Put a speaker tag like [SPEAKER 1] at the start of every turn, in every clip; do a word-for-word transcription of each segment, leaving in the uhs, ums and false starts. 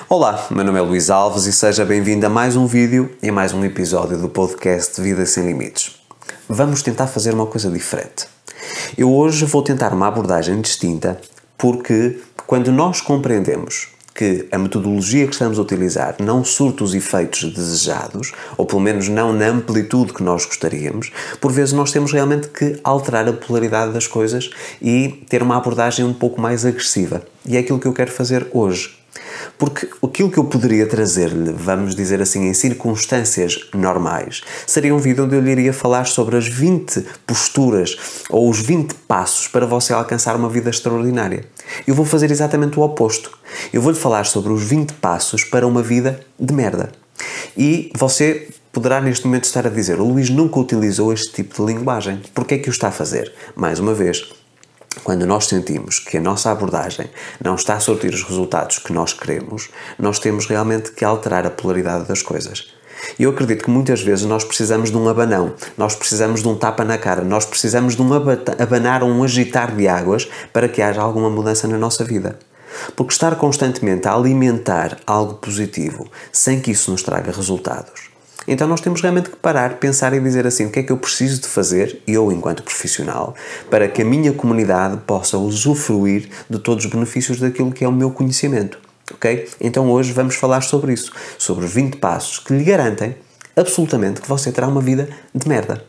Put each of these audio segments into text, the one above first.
[SPEAKER 1] Olá, meu nome é Luís Alves e seja bem-vindo a mais um vídeo e a mais um episódio do podcast Vida Sem Limites. Vamos tentar fazer uma coisa diferente. Eu hoje vou tentar uma abordagem distinta porque quando nós compreendemos que a metodologia que estamos a utilizar não surte os efeitos desejados, ou pelo menos não na amplitude que nós gostaríamos, por vezes nós temos realmente que alterar a polaridade das coisas e ter uma abordagem um pouco mais agressiva. E é aquilo que eu quero fazer hoje. Porque aquilo que eu poderia trazer-lhe, vamos dizer assim, em circunstâncias normais, seria um vídeo onde eu lhe iria falar sobre as vinte posturas ou os vinte passos para você alcançar uma vida extraordinária. Eu vou fazer exatamente o oposto. Eu vou-lhe falar sobre os vinte passos para uma vida de merda. E você poderá neste momento estar a dizer: o Luís nunca utilizou este tipo de linguagem. Porquê é que o está a fazer? Mais uma vez, quando nós sentimos que a nossa abordagem não está a surtir os resultados que nós queremos, nós temos realmente que alterar a polaridade das coisas. E eu acredito que muitas vezes nós precisamos de um abanão, nós precisamos de um tapa na cara, nós precisamos de um abanar ou um agitar de águas para que haja alguma mudança na nossa vida. Porque estar constantemente a alimentar algo positivo sem que isso nos traga resultados, então nós temos realmente que parar, pensar e dizer assim: o que é que eu preciso de fazer, eu enquanto profissional, para que a minha comunidade possa usufruir de todos os benefícios daquilo que é o meu conhecimento, ok? Então hoje vamos falar sobre isso, sobre os vinte passos que lhe garantem absolutamente que você terá uma vida de merda.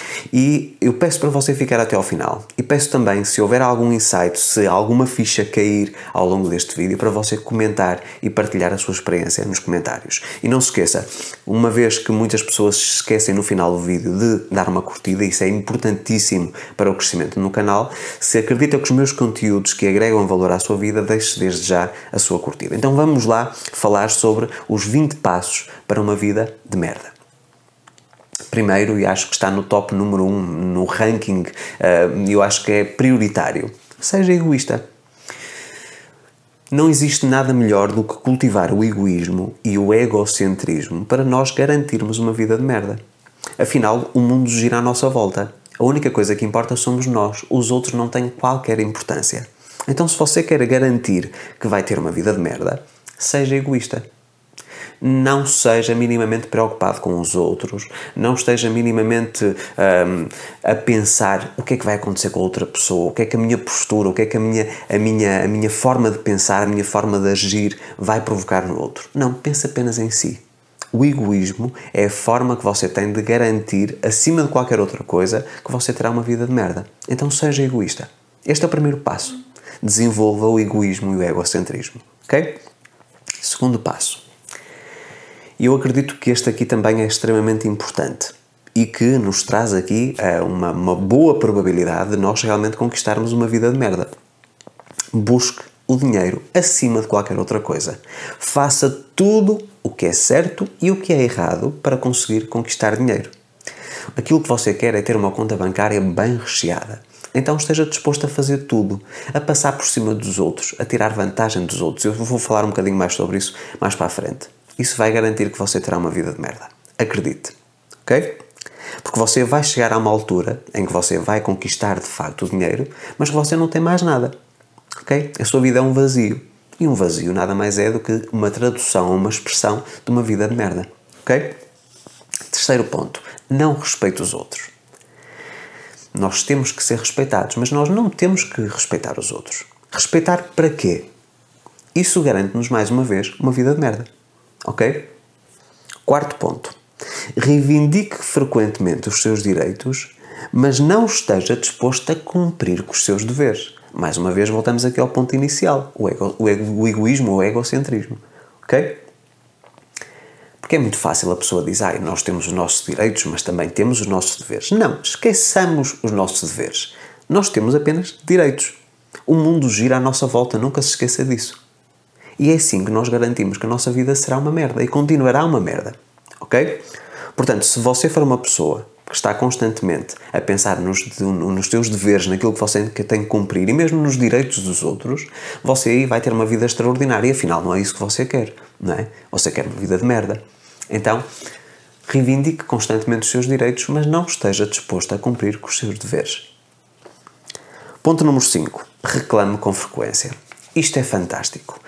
[SPEAKER 1] E eu peço para você ficar até ao final. E peço também, se houver algum insight, se alguma ficha cair ao longo deste vídeo, para você comentar e partilhar a sua experiência nos comentários. E não se esqueça, uma vez que muitas pessoas se esquecem no final do vídeo de dar uma curtida, isso é importantíssimo para o crescimento no canal, se acredita que os meus conteúdos que agregam valor à sua vida, deixe desde já a sua curtida. Então vamos lá falar sobre os vinte passos para uma vida de merda. Primeiro, e acho que está no top número um, no ranking, uh, eu acho que é prioritário: seja egoísta. Não existe nada melhor do que cultivar o egoísmo e o egocentrismo para nós garantirmos uma vida de merda. Afinal, o mundo gira à nossa volta. A única coisa que importa somos nós, os outros não têm qualquer importância. Então, se você quer garantir que vai ter uma vida de merda, seja egoísta. Não seja minimamente preocupado com os outros, não esteja minimamente um, a pensar o que é que vai acontecer com a outra pessoa, o que é que a minha postura, o que é que a minha, a minha, a minha forma de pensar, a minha forma de agir vai provocar no outro. Não, pense apenas em si. O egoísmo é a forma que você tem de garantir, acima de qualquer outra coisa, que você terá uma vida de merda. Então seja egoísta. Este é o primeiro passo. Desenvolva o egoísmo e o egocentrismo. Ok? Segundo passo. E eu acredito que este aqui também é extremamente importante e que nos traz aqui uh, uma, uma boa probabilidade de nós realmente conquistarmos uma vida de merda. Busque o dinheiro acima de qualquer outra coisa. Faça tudo o que é certo e o que é errado para conseguir conquistar dinheiro. Aquilo que você quer é ter uma conta bancária bem recheada. Então esteja disposto a fazer tudo, a passar por cima dos outros, a tirar vantagem dos outros. Eu vou falar um bocadinho mais sobre isso mais para a frente. Isso vai garantir que você terá uma vida de merda. Acredite. Ok? Porque você vai chegar a uma altura em que você vai conquistar de facto o dinheiro, mas que você não tem mais nada. Ok? A sua vida é um vazio. E um vazio nada mais é do que uma tradução, uma expressão de uma vida de merda. Ok? Terceiro ponto. Não respeite os outros. Nós temos que ser respeitados, mas nós não temos que respeitar os outros. Respeitar para quê? Isso garante-nos, mais uma vez, uma vida de merda. Ok? Quarto ponto. Reivindique frequentemente os seus direitos, mas não esteja disposto a cumprir com os seus deveres. Mais uma vez voltamos aqui ao ponto inicial, o, ego, o, ego, o egoísmo ou o egocentrismo. Ok? Porque é muito fácil a pessoa dizer: ah, nós temos os nossos direitos, mas também temos os nossos deveres. Não, esqueçamos os nossos deveres. Nós temos apenas direitos. O mundo gira à nossa volta, nunca se esqueça disso. E é assim que nós garantimos que a nossa vida será uma merda e continuará uma merda. Ok? Portanto, se você for uma pessoa que está constantemente a pensar nos, nos seus deveres, naquilo que você tem que cumprir e mesmo nos direitos dos outros, você aí vai ter uma vida extraordinária e afinal não é isso que você quer, não é? Você quer uma vida de merda. Então, reivindique constantemente os seus direitos, mas não esteja disposto a cumprir com os seus deveres. Ponto número cinco. Reclame com frequência. Isto é fantástico.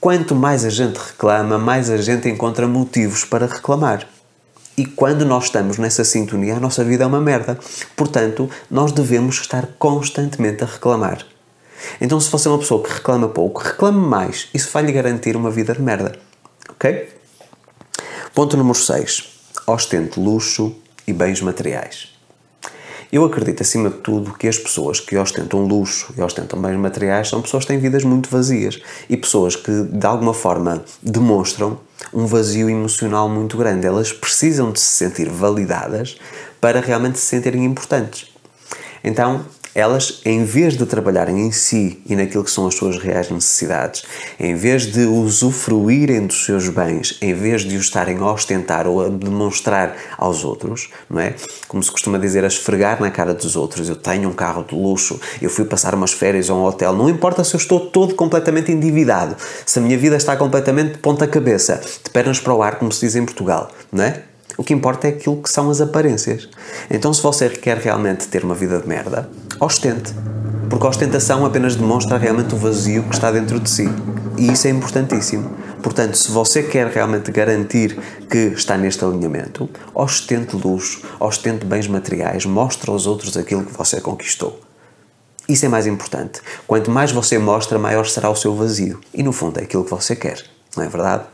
[SPEAKER 1] Quanto mais a gente reclama, mais a gente encontra motivos para reclamar. E quando nós estamos nessa sintonia, a nossa vida é uma merda. Portanto, nós devemos estar constantemente a reclamar. Então, se você é uma pessoa que reclama pouco, reclame mais. Isso vai lhe garantir uma vida de merda. Ok? Ponto número seis. Ostente luxo e bens materiais. Eu acredito, acima de tudo, que as pessoas que ostentam luxo e ostentam bens materiais são pessoas que têm vidas muito vazias e pessoas que, de alguma forma, demonstram um vazio emocional muito grande. Elas precisam de se sentir validadas para realmente se sentirem importantes. Então, elas, em vez de trabalharem em si e naquilo que são as suas reais necessidades, em vez de usufruírem dos seus bens, em vez de os estarem a ostentar ou a demonstrar aos outros, não é? Como se costuma dizer, a esfregar na cara dos outros. Eu tenho um carro de luxo, eu fui passar umas férias a um hotel. Não importa se eu estou todo completamente endividado, se a minha vida está completamente de ponta cabeça, de pernas para o ar, como se diz em Portugal, não é? O que importa é aquilo que são as aparências. Então, se você quer realmente ter uma vida de merda, ostente. Porque a ostentação apenas demonstra realmente o vazio que está dentro de si. E isso é importantíssimo. Portanto, se você quer realmente garantir que está neste alinhamento, ostente luxo, ostente bens materiais, mostre aos outros aquilo que você conquistou. Isso é mais importante. Quanto mais você mostra, maior será o seu vazio. E, no fundo, é aquilo que você quer. Não é verdade?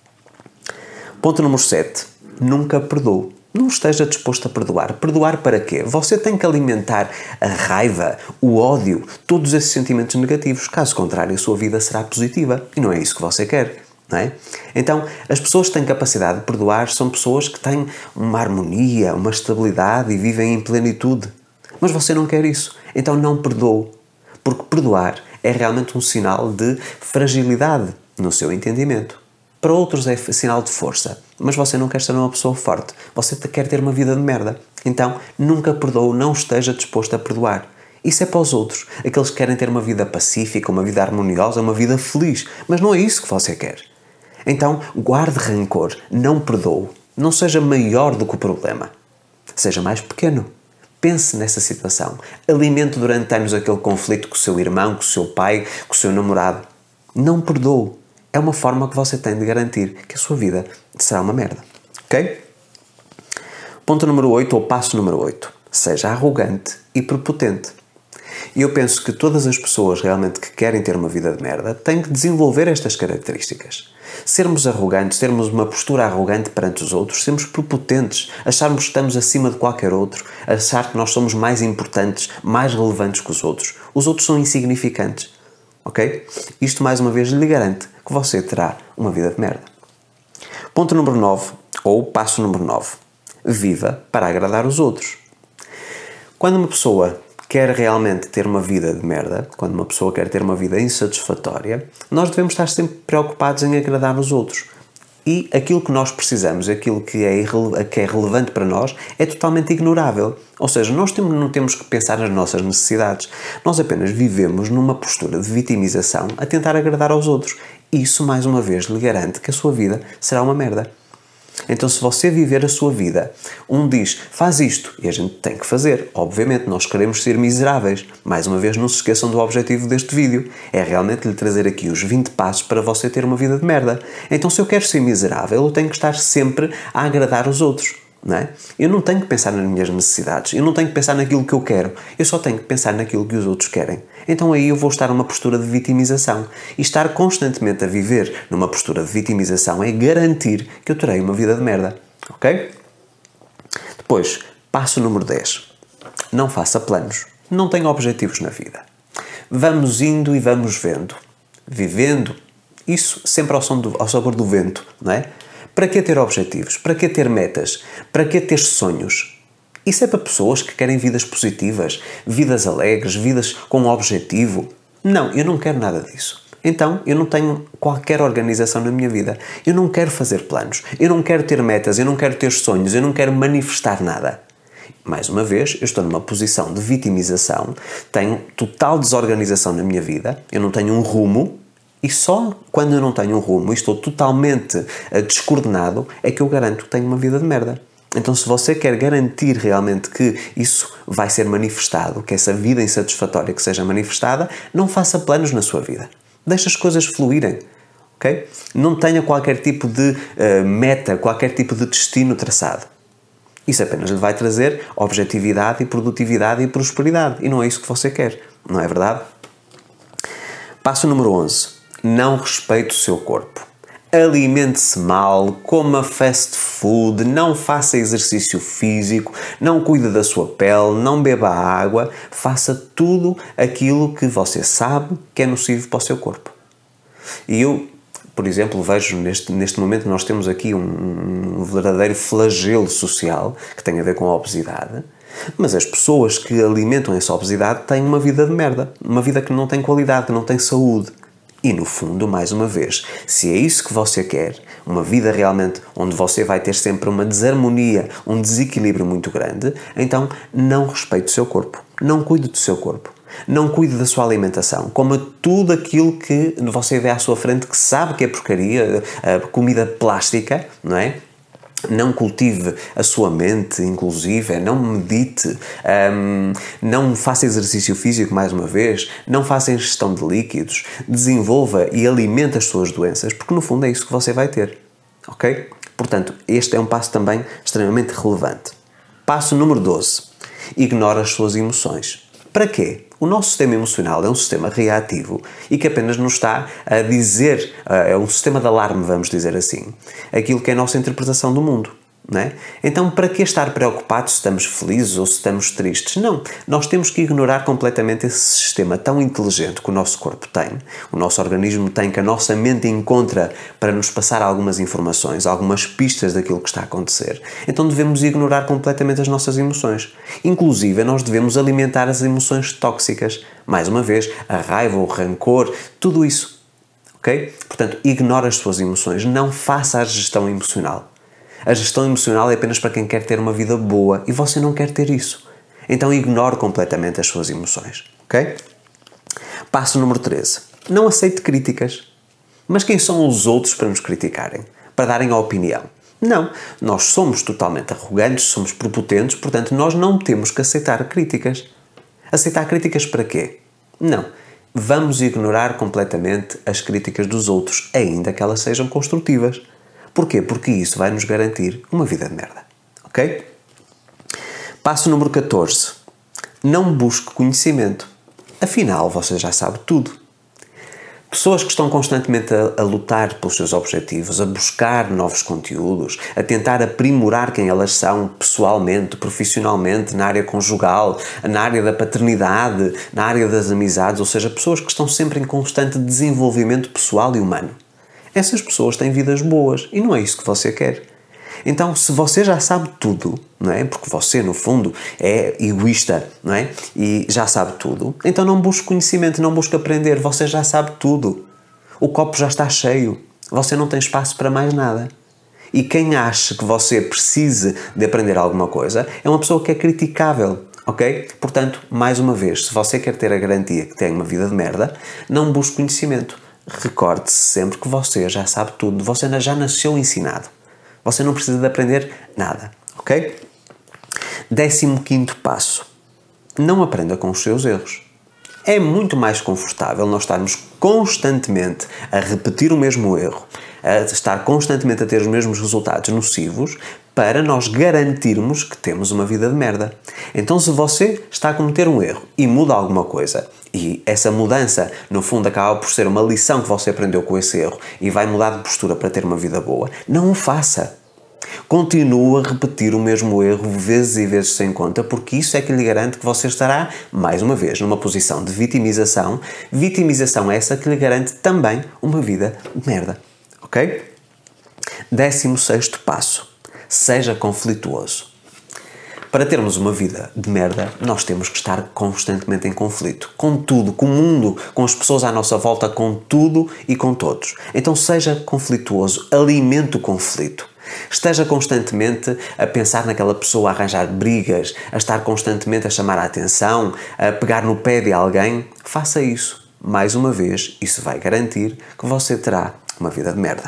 [SPEAKER 1] Ponto número sete. Nunca perdoe. Não esteja disposto a perdoar. Perdoar para quê? Você tem que alimentar a raiva, o ódio, todos esses sentimentos negativos. Caso contrário, a sua vida será positiva. E não é isso que você quer, não é? Então, as pessoas que têm capacidade de perdoar são pessoas que têm uma harmonia, uma estabilidade e vivem em plenitude. Mas você não quer isso. Então não perdoe. Porque perdoar é realmente um sinal de fragilidade no seu entendimento. Para outros é sinal de força, mas você não quer ser uma pessoa forte, você quer ter uma vida de merda. Então, nunca perdoe, não esteja disposto a perdoar. Isso é para os outros, aqueles que querem ter uma vida pacífica, uma vida harmoniosa, uma vida feliz, mas não é isso que você quer. Então, guarde rancor, não perdoe, não seja maior do que o problema, seja mais pequeno. Pense nessa situação, alimente durante anos aquele conflito com o seu irmão, com o seu pai, com o seu namorado. Não perdoe. É uma forma que você tem de garantir que a sua vida será uma merda. Ok? Ponto número oito, ou passo número oito. Seja arrogante e prepotente. E eu penso que todas as pessoas realmente que querem ter uma vida de merda têm que desenvolver estas características. Sermos arrogantes, termos uma postura arrogante perante os outros, sermos prepotentes, acharmos que estamos acima de qualquer outro, achar que nós somos mais importantes, mais relevantes que os outros. Os outros são insignificantes. Ok? Isto mais uma vez lhe garante que você terá uma vida de merda. Ponto número nove, ou passo número nove. Viva para agradar os outros. Quando uma pessoa quer realmente ter uma vida de merda, quando uma pessoa quer ter uma vida insatisfatória, nós devemos estar sempre preocupados em agradar os outros. E aquilo que nós precisamos, aquilo que é, que é relevante para nós, é totalmente ignorável. Ou seja, nós temos, não temos que pensar nas nossas necessidades. Nós apenas vivemos numa postura de vitimização a tentar agradar aos outros. Isso, mais uma vez, lhe garante que a sua vida será uma merda. Então, se você viver a sua vida, um diz, faz isto, e a gente tem que fazer. Obviamente, nós queremos ser miseráveis. Mais uma vez, não se esqueçam do objetivo deste vídeo. É realmente lhe trazer aqui os vinte passos para você ter uma vida de merda. Então, se eu quero ser miserável, eu tenho que estar sempre a agradar os outros. Não é? Eu não tenho que pensar nas minhas necessidades, eu não tenho que pensar naquilo que eu quero, eu só tenho que pensar naquilo que os outros querem. Então aí eu vou estar numa postura de vitimização. E estar constantemente a viver numa postura de vitimização é garantir que eu terei uma vida de merda. Ok? Depois, passo número dez. Não faça planos. Não tenha objetivos na vida. Vamos indo e vamos vendo. Vivendo. Isso sempre ao, som do, ao sabor do vento, não é? Para que ter objetivos? Para que ter metas? Para que ter sonhos? Isso é para pessoas que querem vidas positivas, vidas alegres, vidas com um objetivo. Não, eu não quero nada disso. Então, eu não tenho qualquer organização na minha vida. Eu não quero fazer planos. Eu não quero ter metas. Eu não quero ter sonhos. Eu não quero manifestar nada. Mais uma vez, eu estou numa posição de vitimização. Tenho total desorganização na minha vida. Eu não tenho um rumo. E só quando eu não tenho um rumo e estou totalmente uh, descoordenado é que eu garanto que tenho uma vida de merda. Então, se você quer garantir realmente que isso vai ser manifestado, que essa vida insatisfatória que seja manifestada, não faça planos na sua vida. Deixe as coisas fluírem. ok? Não tenha qualquer tipo de uh, meta, qualquer tipo de destino traçado. Isso apenas lhe vai trazer objetividade e produtividade e prosperidade. E não é isso que você quer, não é verdade? Passo número onze. Não respeite o seu corpo. Alimente-se mal, coma fast food, não faça exercício físico, não cuide da sua pele, não beba água, faça tudo aquilo que você sabe que é nocivo para o seu corpo. E eu, por exemplo, vejo neste, neste momento nós temos aqui um, um verdadeiro flagelo social que tem a ver com a obesidade, mas as pessoas que alimentam essa obesidade têm uma vida de merda, uma vida que não tem qualidade, que não tem saúde. E no fundo, mais uma vez, se é isso que você quer, uma vida realmente onde você vai ter sempre uma desarmonia, um desequilíbrio muito grande, então não respeite o seu corpo, não cuide do seu corpo, não cuide da sua alimentação, coma tudo aquilo que você vê à sua frente que sabe que é porcaria, comida plástica, não é? Não cultive a sua mente, inclusive, não medite, um, não faça exercício físico mais uma vez, não faça ingestão de líquidos, desenvolva e alimente as suas doenças, porque no fundo é isso que você vai ter, ok? Portanto, este é um passo também extremamente relevante. Passo número doze. Ignore as suas emoções. Para quê? O nosso sistema emocional é um sistema reativo e que apenas nos está a dizer, é um sistema de alarme, vamos dizer assim, aquilo que é a nossa interpretação do mundo. Não é? Então, para que estar preocupados se estamos felizes ou se estamos tristes? Não, nós temos que ignorar completamente esse sistema tão inteligente que o nosso corpo tem, o nosso organismo tem, que a nossa mente encontra para nos passar algumas informações, algumas pistas daquilo que está a acontecer. Então devemos ignorar completamente as nossas emoções. Inclusive, nós devemos alimentar as emoções tóxicas. Mais uma vez, a raiva, o rancor, tudo isso. Ok? Portanto, ignore as suas emoções, não faça a gestão emocional. A gestão emocional é apenas para quem quer ter uma vida boa e você não quer ter isso. Então ignore completamente as suas emoções, ok? Passo número treze. Não aceite críticas. Mas quem são os outros para nos criticarem? Para darem a opinião? Não. Nós somos totalmente arrogantes, somos prepotentes, portanto nós não temos que aceitar críticas. Aceitar críticas para quê? Não. Vamos ignorar completamente as críticas dos outros, ainda que elas sejam construtivas. Porquê? Porque isso vai nos garantir uma vida de merda. Ok? Passo número catorze. Não busque conhecimento. Afinal, você já sabe tudo. Pessoas que estão constantemente a, a lutar pelos seus objetivos, a buscar novos conteúdos, a tentar aprimorar quem elas são pessoalmente, profissionalmente, na área conjugal, na área da paternidade, na área das amizades, ou seja, pessoas que estão sempre em constante desenvolvimento pessoal e humano. Essas pessoas têm vidas boas e não é isso que você quer. Então, se você já sabe tudo, não é? Porque você, no fundo, é egoísta, não é? E já sabe tudo, então não busque conhecimento, não busque aprender, você já sabe tudo. O copo já está cheio, você não tem espaço para mais nada. E quem acha que você precise de aprender alguma coisa é uma pessoa que é criticável, ok? Portanto, mais uma vez, se você quer ter a garantia que tem uma vida de merda, não busque conhecimento. Recorde-se sempre que você já sabe tudo, você já nasceu ensinado. Você não precisa de aprender nada, ok? Décimo quinto passo. Não aprenda com os seus erros. É muito mais confortável nós estarmos constantemente a repetir o mesmo erro, a estar constantemente a ter os mesmos resultados nocivos, para nós garantirmos que temos uma vida de merda. Então, se você está a cometer um erro e muda alguma coisa, e essa mudança, no fundo, acaba por ser uma lição que você aprendeu com esse erro e vai mudar de postura para ter uma vida boa, não o faça. Continua a repetir o mesmo erro vezes e vezes sem conta, porque isso é que lhe garante que você estará, mais uma vez, numa posição de vitimização. Vitimização essa que lhe garante também uma vida de merda. Ok? Décimo sexto passo. Seja conflituoso. Para termos uma vida de merda, nós temos que estar constantemente em conflito. Com tudo, com o mundo, com as pessoas à nossa volta, com tudo e com todos. Então seja conflituoso, alimente o conflito. Esteja constantemente a pensar naquela pessoa, a arranjar brigas, a estar constantemente a chamar a atenção, a pegar no pé de alguém. Faça isso. Mais uma vez, isso vai garantir que você terá uma vida de merda.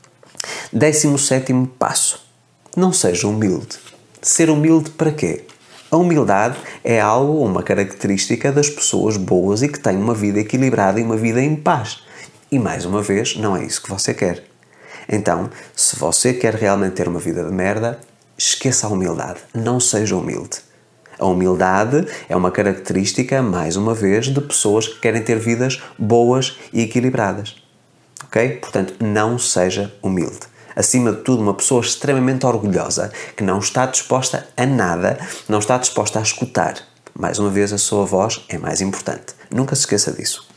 [SPEAKER 1] Décimo sétimo passo. Não seja humilde. Ser humilde para quê? A humildade é algo, uma característica das pessoas boas e que têm uma vida equilibrada e uma vida em paz. E mais uma vez, não é isso que você quer. Então, se você quer realmente ter uma vida de merda, esqueça a humildade. Não seja humilde. A humildade é uma característica, mais uma vez, de pessoas que querem ter vidas boas e equilibradas. Ok? Portanto, não seja humilde. Acima de tudo, uma pessoa extremamente orgulhosa, que não está disposta a nada, não está disposta a escutar. Mais uma vez, a sua voz é mais importante. Nunca se esqueça disso.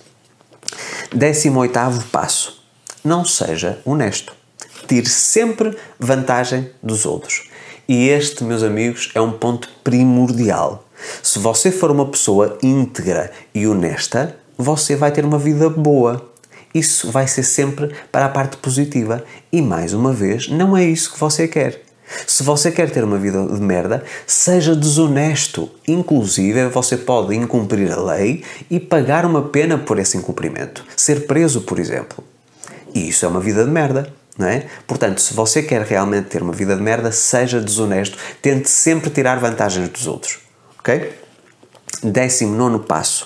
[SPEAKER 1] Décimo oitavo passo. Não seja honesto. Tire sempre vantagem dos outros. E este, meus amigos, é um ponto primordial. Se você for uma pessoa íntegra e honesta, você vai ter uma vida boa. Isso vai ser sempre para a parte positiva. E, mais uma vez, não é isso que você quer. Se você quer ter uma vida de merda, seja desonesto. Inclusive, você pode incumprir a lei e pagar uma pena por esse incumprimento. Ser preso, por exemplo. E isso é uma vida de merda. Não é? Portanto, se você quer realmente ter uma vida de merda, seja desonesto, tente sempre tirar vantagens dos outros, ok? Décimo nono passo.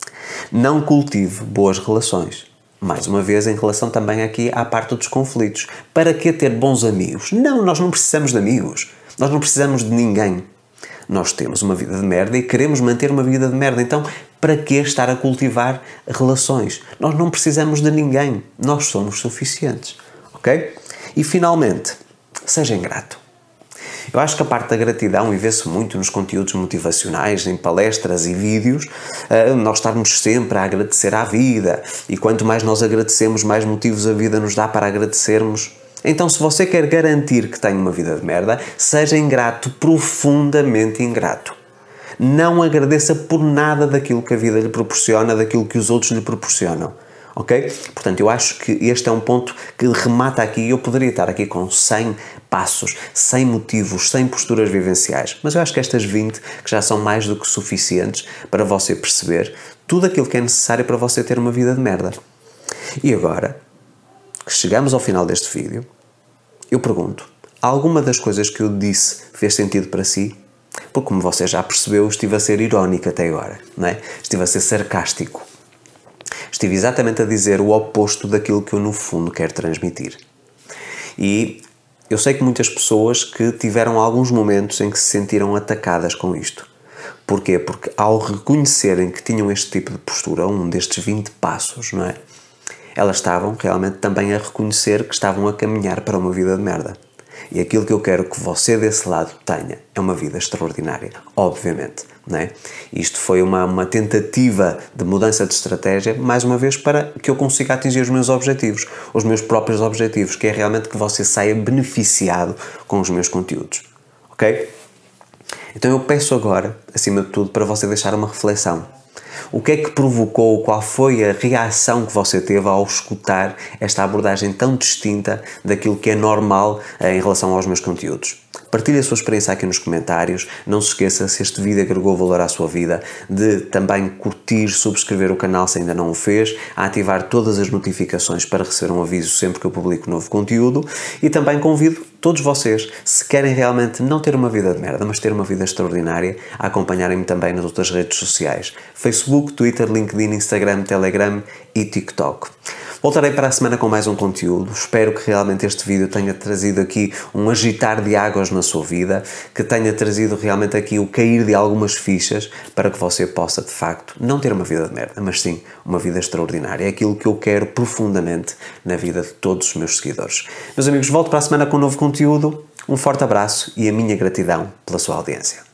[SPEAKER 1] Não cultive boas relações. Mais uma vez, em relação também aqui à parte dos conflitos. Para que ter bons amigos? Não, nós não precisamos de amigos. Nós não precisamos de ninguém. Nós temos uma vida de merda e queremos manter uma vida de merda. Então, para que estar a cultivar relações? Nós não precisamos de ninguém. Nós somos suficientes. Ok? E finalmente, seja ingrato. Eu acho que a parte da gratidão, e vê-se muito nos conteúdos motivacionais, em palestras e vídeos, nós estarmos sempre a agradecer à vida. E quanto mais nós agradecemos, mais motivos a vida nos dá para agradecermos. Então, se você quer garantir que tem uma vida de merda, seja ingrato, profundamente ingrato. Não agradeça por nada daquilo que a vida lhe proporciona, daquilo que os outros lhe proporcionam. Ok? Portanto, eu acho que este é um ponto que remata aqui. Eu poderia estar aqui com cem passos, cem motivos, cem posturas vivenciais, mas eu acho que estas vinte que já são mais do que suficientes para você perceber tudo aquilo que é necessário para você ter uma vida de merda. E agora, que chegamos ao final deste vídeo, eu pergunto, alguma das coisas que eu disse fez sentido para si? Porque, como você já percebeu, estive a ser irónico até agora, não é? Estive a ser sarcástico. Estive exatamente a dizer o oposto daquilo que eu, no fundo, quero transmitir. E eu sei que muitas pessoas que tiveram alguns momentos em que se sentiram atacadas com isto. Porquê? Porque ao reconhecerem que tinham este tipo de postura, um destes vinte passos, não é? Elas estavam realmente também a reconhecer que estavam a caminhar para uma vida de merda. E aquilo que eu quero que você desse lado tenha é uma vida extraordinária, obviamente, não é? Isto foi uma, uma tentativa de mudança de estratégia, mais uma vez, para que eu consiga atingir os meus objetivos, os meus próprios objetivos, que é realmente que você saia beneficiado com os meus conteúdos, ok? Então eu peço agora, acima de tudo, para você deixar uma reflexão. O que é que provocou, qual foi a reação que você teve ao escutar esta abordagem tão distinta daquilo que é normal em relação aos meus conteúdos? Partilhe a sua experiência aqui nos comentários. Não se esqueça, se este vídeo agregou valor à sua vida, de também curtir, subscrever o canal se ainda não o fez, ativar todas as notificações para receber um aviso sempre que eu publico novo conteúdo, e também convido todos vocês, se querem realmente não ter uma vida de merda, mas ter uma vida extraordinária, a acompanharem-me também nas outras redes sociais: Facebook, Twitter, LinkedIn, Instagram, Telegram e TikTok. Voltarei para a semana com mais um conteúdo. Espero que realmente este vídeo tenha trazido aqui um agitar de águas na sua vida, que tenha trazido realmente aqui o cair de algumas fichas para que você possa, de facto, não ter uma vida de merda, mas sim uma vida extraordinária. É aquilo que eu quero profundamente na vida de todos os meus seguidores. Meus amigos, volto para a semana com um novo conteúdo. Um forte abraço e a minha gratidão pela sua audiência.